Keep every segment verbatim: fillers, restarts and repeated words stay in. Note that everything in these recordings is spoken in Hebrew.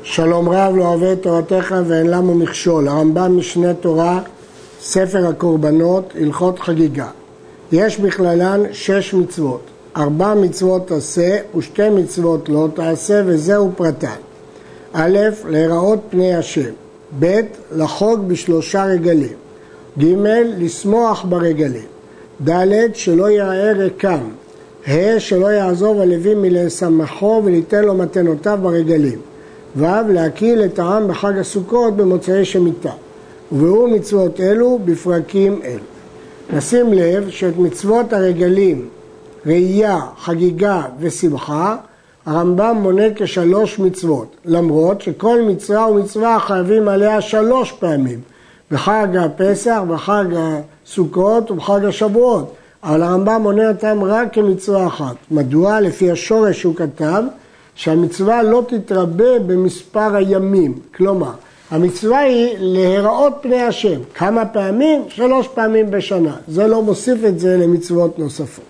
שלום רב לא אוהב את תורתך ואין למו מכשול. הרמב"ם משנה תורה, ספר הקורבנות, הלכות חגיגה. יש בכללן שש מצוות. ארבע מצוות תעשה ושתי מצוות לא תעשה, וזהו פרטן. א', להיראות פני השם. ב', לחוג בשלושה רגלים. ג', לשמוח ברגלים. ד', שלא יראה ריקם. ה', שלא יעזוב הלוי מלשמחו וליתן לו מתנותיו ברגלים. ו', להקיל את העם בחג הסוכות במוצאי שמיטה. וביאור מצוות אלו בפרקים אלו. נשים לב שאת מצוות הרגלים, ראייה, חגיגה ושמחה, הרמב"ם מונה כשלוש מצוות, למרות שכל מצווה ומצווה חייבים עליה שלוש פעמים, בחג הפסח, בחג הסוכות ובחג השבועות, אבל הרמב"ם מונה אותם רק כמצווה אחת. מדוע? לפי השורש שהוא כתב, שהמצווה לא תתרבה במספר הימים, כלומר, המצווה היא להיראות פני השם. כמה פעמים? שלוש פעמים בשנה. זה לא מוסיף את זה למצוות נוספות.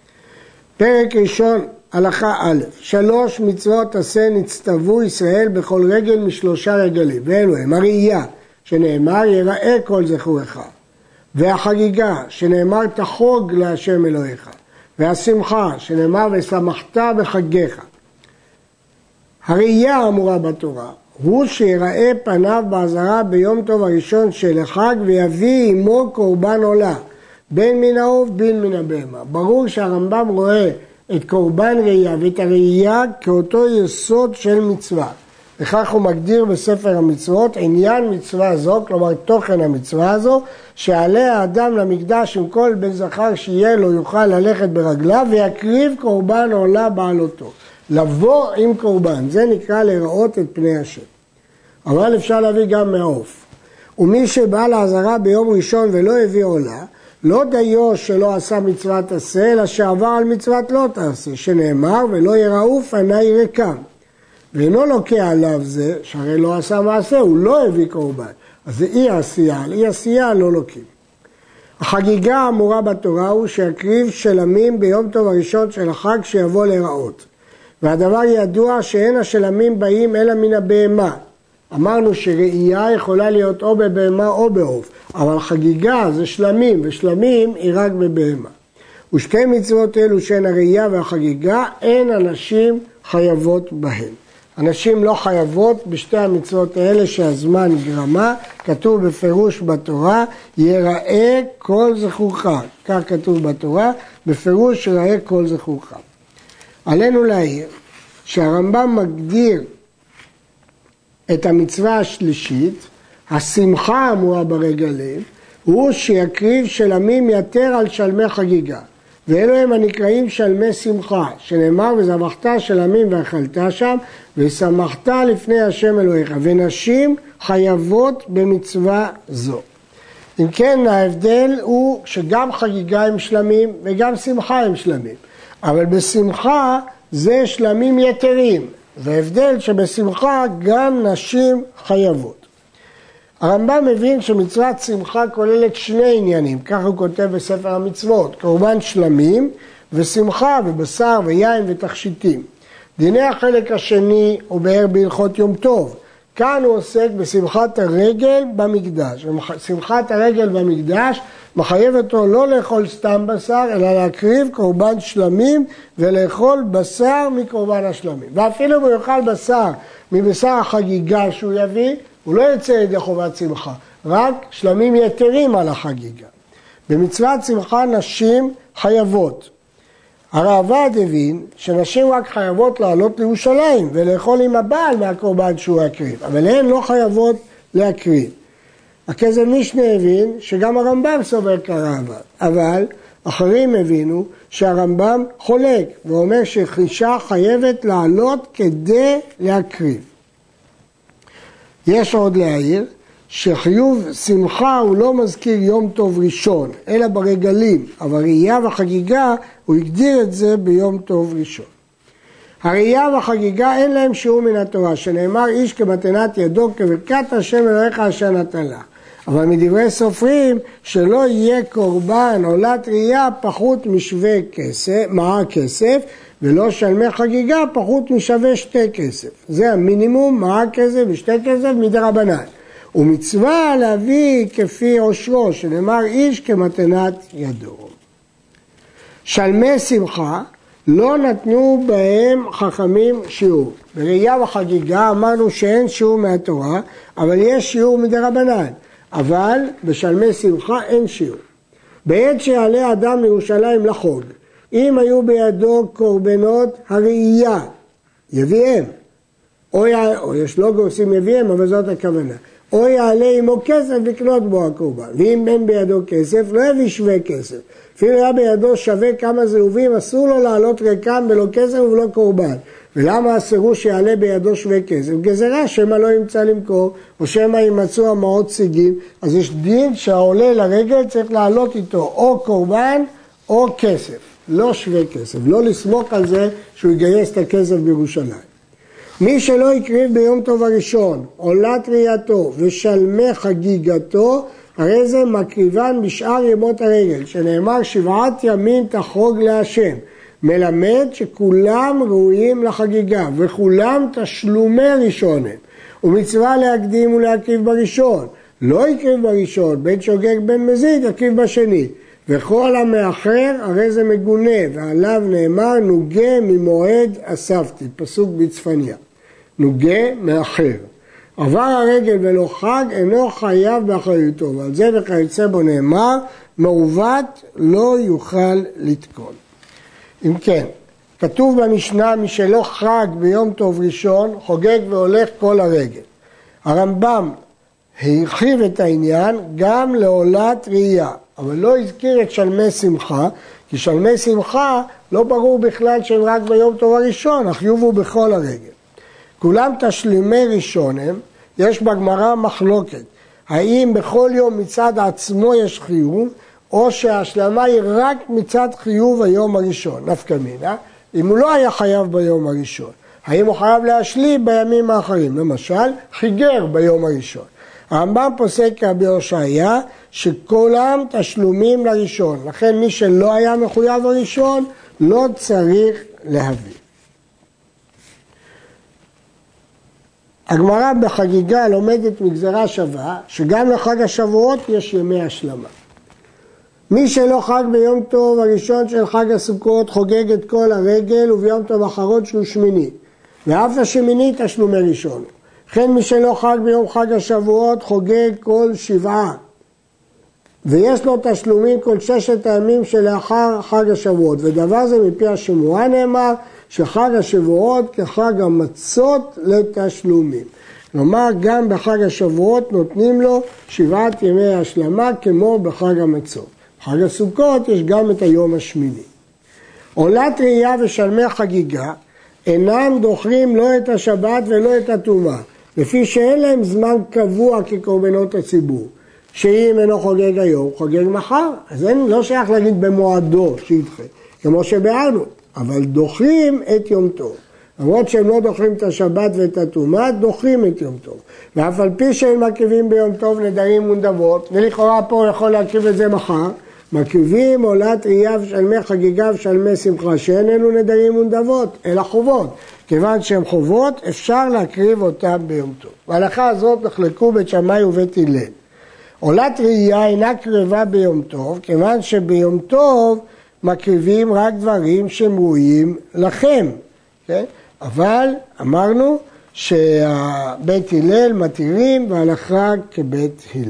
פרק ראשון, הלכה א', שלוש מצוות עשה נצטוו ישראל בכל רגל משלושה רגלים. ואלו הם, הראייה, שנאמר יראה כל זכורך. והחגיגה, שנאמר תחוג להשם אלוהיך. והשמחה, שנאמר ושמחת בחגיך. הראייה האמורה בתורה, הוא שיראה פניו בעזרה ביום טוב הראשון של החג ויביא עמו קורבן עולה, בין מן העוף בין מן הבהמה. ברור שהרמב"ם רואה את קורבן ראייה ואת הראייה כאותו יסוד של מצווה. וכך הוא מגדיר בספר המצוות עניין מצווה זו, כלומר תוכן המצווה הזו, שעלה האדם למקדש עם כל בן זכר שיהיה לו יוכל ללכת ברגליו ויקריב קורבן עולה בעלותו. לבוא עם קורבן, זה נקרא לראות את פני השם. אבל אפשר להביא גם מהעוף. ומי שבא לעזרה ביום ראשון ולא הביא עולה, לא דיו שלא עשה מצוות עשה, אלא שעבר על מצוות לא תעשה, שנאמר ולא יראו פני ריקם. ואינו לוקח עליו זה, שהרי לא עשה מעשה, הוא לא הביא קורבן. אז זה אי עשייה, על אי עשייה לא לוקים. החגיגה האמורה בתורה הוא שיקריב שלמים ביום טוב הראשון של החג שיבוא לראות. והדבר ידוע שאין השלמים באים אלא מן הבהמה. אמרנו שראייה יכולה להיות או בבהמה או בעוף, אבל חגיגה זה שלמים, ושלמים היא רק בבהמה. ושתי מצוות אלו שהן הראייה והחגיגה, אין אנשים חייבות בהן. אנשים לא חייבות בשתי המצוות האלה שהזמן גרמה, כתוב בפירוש בתורה, יראה כל זכורך. כך כתוב בתורה, בפירוש יראה כל זכורך. עלינו להעיר שהרמב"ם מגדיר את המצווה השלישית, השמחה האמורה ברגלים, הוא שיקריב שלמים יתר על שלמי חגיגה. ואלו הם הנקראים שלמי שמחה, שנאמר וזבחת שלמים ואכלת שם, ושמחת לפני השם אלוהיך. ונשים חייבות במצווה זו. אם כן, ההבדל הוא שגם חגיגה הם שלמים וגם שמחה הם שלמים. אבל בשמחה זה שלמים יתרים, והבדל שבשמחה גם נשים חייבות. הרמב"ם מבין שמצוות שמחה כוללת שני עניינים, כך הוא כותב בספר המצוות, קורבן שלמים ושמחה ובשר ויין ותכשיטים. דיני החלק השני הוא באר בהלכות יום טוב. כאן הוא עוסק בשמחת הרגל במקדש. שמחת הרגל במקדש מחייב אותו לא לאכול סתם בשר, אלא להקריב קורבן שלמים ולאכול בשר מקורבן השלמים. ואפילו אם הוא יאכל בשר מבשר החגיגה שהוא יביא, הוא לא יצא ידי חובת שמחה, רק שלמים יתרים על החגיגה. במצוות שמחה נשים חייבות. הרעב"ד הבין שנשים רק חייבות לעלות לירושלים ולאכול עם הבעל מהקורבן שהוא יקריב, אבל הן לא חייבות להקריב. הכזב משנה הבין שגם הרמב"ם סובר כרעב"ד, אבל אחרים הבינו שהרמב"ם חולק ואומר שאישה חייבת לעלות כדי להקריב. יש עוד להעיר שחיוב שמחה הוא לא מזכיר יום טוב ראשון, אלא ברגלים, אבל ראייה וחגיגה הוא הגדיר את זה ביום טוב ראשון. הראייה והחגיגה אין להם שיעור מן התורה, שנאמר איש כמתנת ידו כברכת השם אלוהיך אשר נתן לך. אבל מדברי סופרים שלא יהיה קורבן עולת ראייה פחות משווה כסף, מעה כסף, ולא שלמי חגיגה פחות משווה שתי כסף. זה המינימום, מעה כסף ושתי כסף מדרבנן. ומצווה להביא כפי עושרו, שנאמר איש כמתנת ידו. שלמי שמחה לא נתנו בהם חכמים שיעור. בראייה וחגיגה אמרנו שאין שיעור מהתורה, אבל יש שיעור מדרבנן. אבל בשלמי שמחה אין שיעור. בעת שיעלה אדם לירושלים לחוג, אם היו בידו קורבנות הראייה, יביאם, או, יע... או יש לא גורסים יביאם, אבל זאת הכוונה, או יעלה עמו כסף לקנות בו הקורבן, ואם אין בידו כסף, לא יביא שווה כסף. אפילו היה בידו שווה כמה זהובים, אסור לו לעלות ריקם בלא כסף ובלא קורבן. ולמה אסרו שיעלה בידו שווה כסף? גזרה שמא לא ימצא למכור, או שמא יימצאו המעות סיגים, אז יש דין שהעולה לרגל צריך לעלות איתו או קורבן או כסף, לא שווה כסף, לא לסמוך על זה שהוא יגייס את הכסף בירושלים. מי שלא יקריב ביום טוב הראשון, עולת ראייתו ושלמי חגיגתו, הרי זה מקריבן בשאר ימות הרגל, שנאמר שבעת ימים תחרוג להשם, מלמד שכולם ראויים לחגיגה, וכולם תשלומי ראשון הם. ומצווה להקדים ולהקריב בראשון, לא יקריב בראשון, בין שוגג בין מזיד, יקריב בשני. וכל המאחר הרי זה מגונה, ועליו נאמר נוגה ממועד אספתי, פסוק בצפניה. נוגה מאחר. עבר הרגל ולא חג, אינו חייב באחריותו, ועל זה וכיוצא בו נאמר, מעוות לא יוכל לתקון. אם כן, כתוב במשנה, מי שלא חג ביום טוב ראשון, חוגג והולך כל הרגל. הרמב"ם הרחיב את העניין גם לעולת ראייה, אבל לא הזכיר את שלמי שמחה, כי שלמי שמחה לא ברור בכלל שהם רק ביום טוב הראשון, החיוב הוא בכל הרגל. כולם תשלימי ראשון הם, יש בגמרא מחלוקת, האם בכל יום מצד עצמו יש חיוב, או שההשלמה היא רק מצד חיוב היום הראשון, נפקא מינה, אם הוא לא היה חייב ביום הראשון. האם הוא חייב להשלים בימים האחרים, למשל, חיגר ביום הראשון. הרמב"ם פוסק כרבי הושעיה שכולם תשלומים לראשון, לכן מי שלא היה מחויב הראשון לא צריך להביא. הגמרא בחגיגה לומדת מגזרה שווה, שגם לחג השבועות יש ימי השלמה. מי שלא חג ביום טוב הראשון של חג הסוכות חוגג את כל הרגל, וביום טוב אחרון שהוא שמיני, ואף השמיני תשלומי ראשון. לכן מי שלא חג ביום חג השבועות חוגג כל שבעה, ויש לו תשלומים כל ששת הימים שלאחר חג השבועות, ודבר זה מפי השמועה נאמר שחג השבועות כחג המצות לתשלומים. כלומר גם בחג השבועות נותנים לו שבעת ימי השלמה כמו בחג המצות. בחג הסוכות יש גם את היום השמיני. עולת ראייה ושלמי חגיגה אינם דוחרים לא את השבת ולא את הטומאה, לפי שאין להם זמן קבוע כקורבנות הציבור, שאם אינו חוגג היום, חוגג מחר, אז אין, לא שייך להגיד במועדו שידחה, כמו שבארנו, אבל דוחרים את יום טוב. למרות שהם לא דוחרים את השבת ואת הטומאה, דוחרים את יום טוב. ואף על פי שהם מקריבים ביום טוב נדרים ונדבות, ולכאורה פה הוא יכול להקריב את זה מחר, מקריבים עולת ראייה ושלמי חגיגה ושלמי שמחה, שאין אלו נדרים ונדבות, אלא חובות. כיוון שהם חובות, אפשר להקריב אותם ביום טוב. בהלכה הזאת נחלקו בית שמאי ובית הלל. עולת ראייה אינה קרבה ביום טוב, כיוון שביום טוב מקריבים רק דברים שהם ראויים לכם. כן? אבל אמרנו שבית הלל מתירים בהלכה כבית הלל.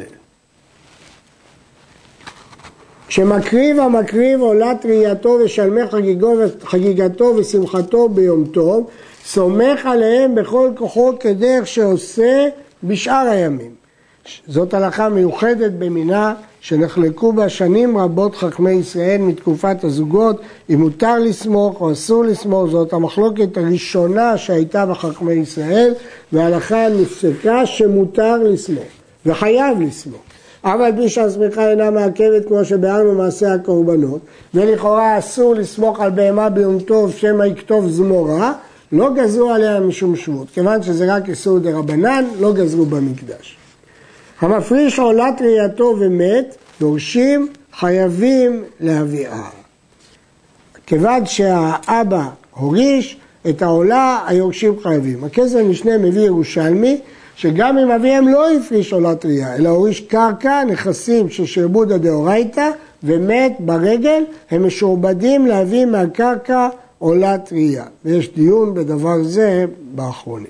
כשמקריב המקריב עולת ראייתו ושלמי חגיגתו ושמחתו ביום טוב, סומך עליהם בכל כוחו כדרך שעושה בשאר הימים. זאת הלכה מיוחדת במינה שנחלקו בה שנים רבות חכמי ישראל מתקופת הזוגות, אם מותר לסמוך או אסור לסמוך. זאת המחלוקת הראשונה שהייתה בחכמי ישראל, וההלכה נפסקה שמותר לסמוך וחייב לסמוך. אבל בלי שהסמיכה אינה מעכבת כמו שבארנו מעשה הקורבנות, ולכאורה אסור לסמוך על בהמה ביום טוב שמא יכתוב זמורה, לא גזרו עליה משום שבות, כיוון שזה רק איסור דרבנן, לא גזרו במקדש. המפריש עולת ראייתו ומת, דורשים חייבים להביאה. כיוון שהאבא הוריש את העולה, היורשים חייבים. הכסף משנה מביא ירושלמי, שגם אם אביהם לא הפריש עולת ראייה, אלא הוריש קרקע, נכסים של שעבוד דאורייתא, ומת ברגל, הם משועבדים להביא מהקרקע עולת ראייה. ויש דיון בדבר זה באחרונים.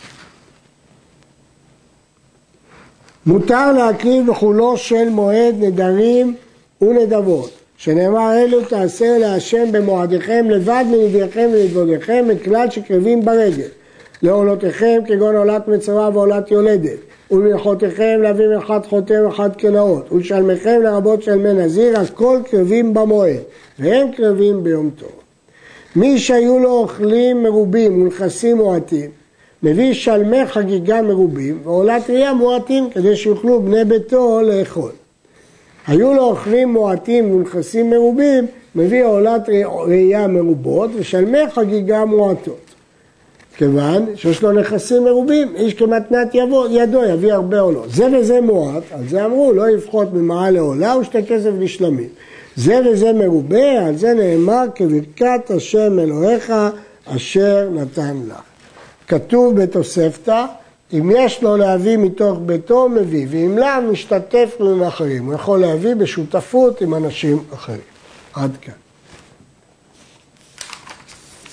מותר להקריב בחולו של מועד נדרים ונדבות, שנאמר אלו תעשה להשם במועדיכם לבד מנדריכם ולדבודיכם מכלל שקרבים ברגל. לעולותיכם כגון עולת מצרה ועולת יולדת, ולמלכותיכם להביא מלכת חותם ואחת קנאות, ולשלמכם לרבות שלמי נזיר, הכל קרבים במועד, והם קרבים ביום טוב. מי שהיו לו אוכלים מרובים ונכסים מועטים, מביא שלמי חגיגה מרובים, ועולת ראייה מועטים, כדי שיוכלו בני ביתו לאכול. היו לו אוכלים מועטים ונכסים מרובים, מביא עולת ראייה מרובות, ושלמי חגיגה מועטות. כיוון שיש לו נכסים מרובים, איש כמתנת ידו יביא הרבה עולות. זה וזה מועט, על זה אמרו, לא יפחות ממעה לעולה ושתי כסף לשלמים. זה וזה מרובה, על זה נאמר כברכת השם אלוהיך אשר נתן לך. כתוב בתוספתא, אם יש לו להביא מתוך ביתו, מביא, ואם לא, משתתף עם אחרים. הוא יכול להביא בשותפות עם אנשים אחרים. עד כאן.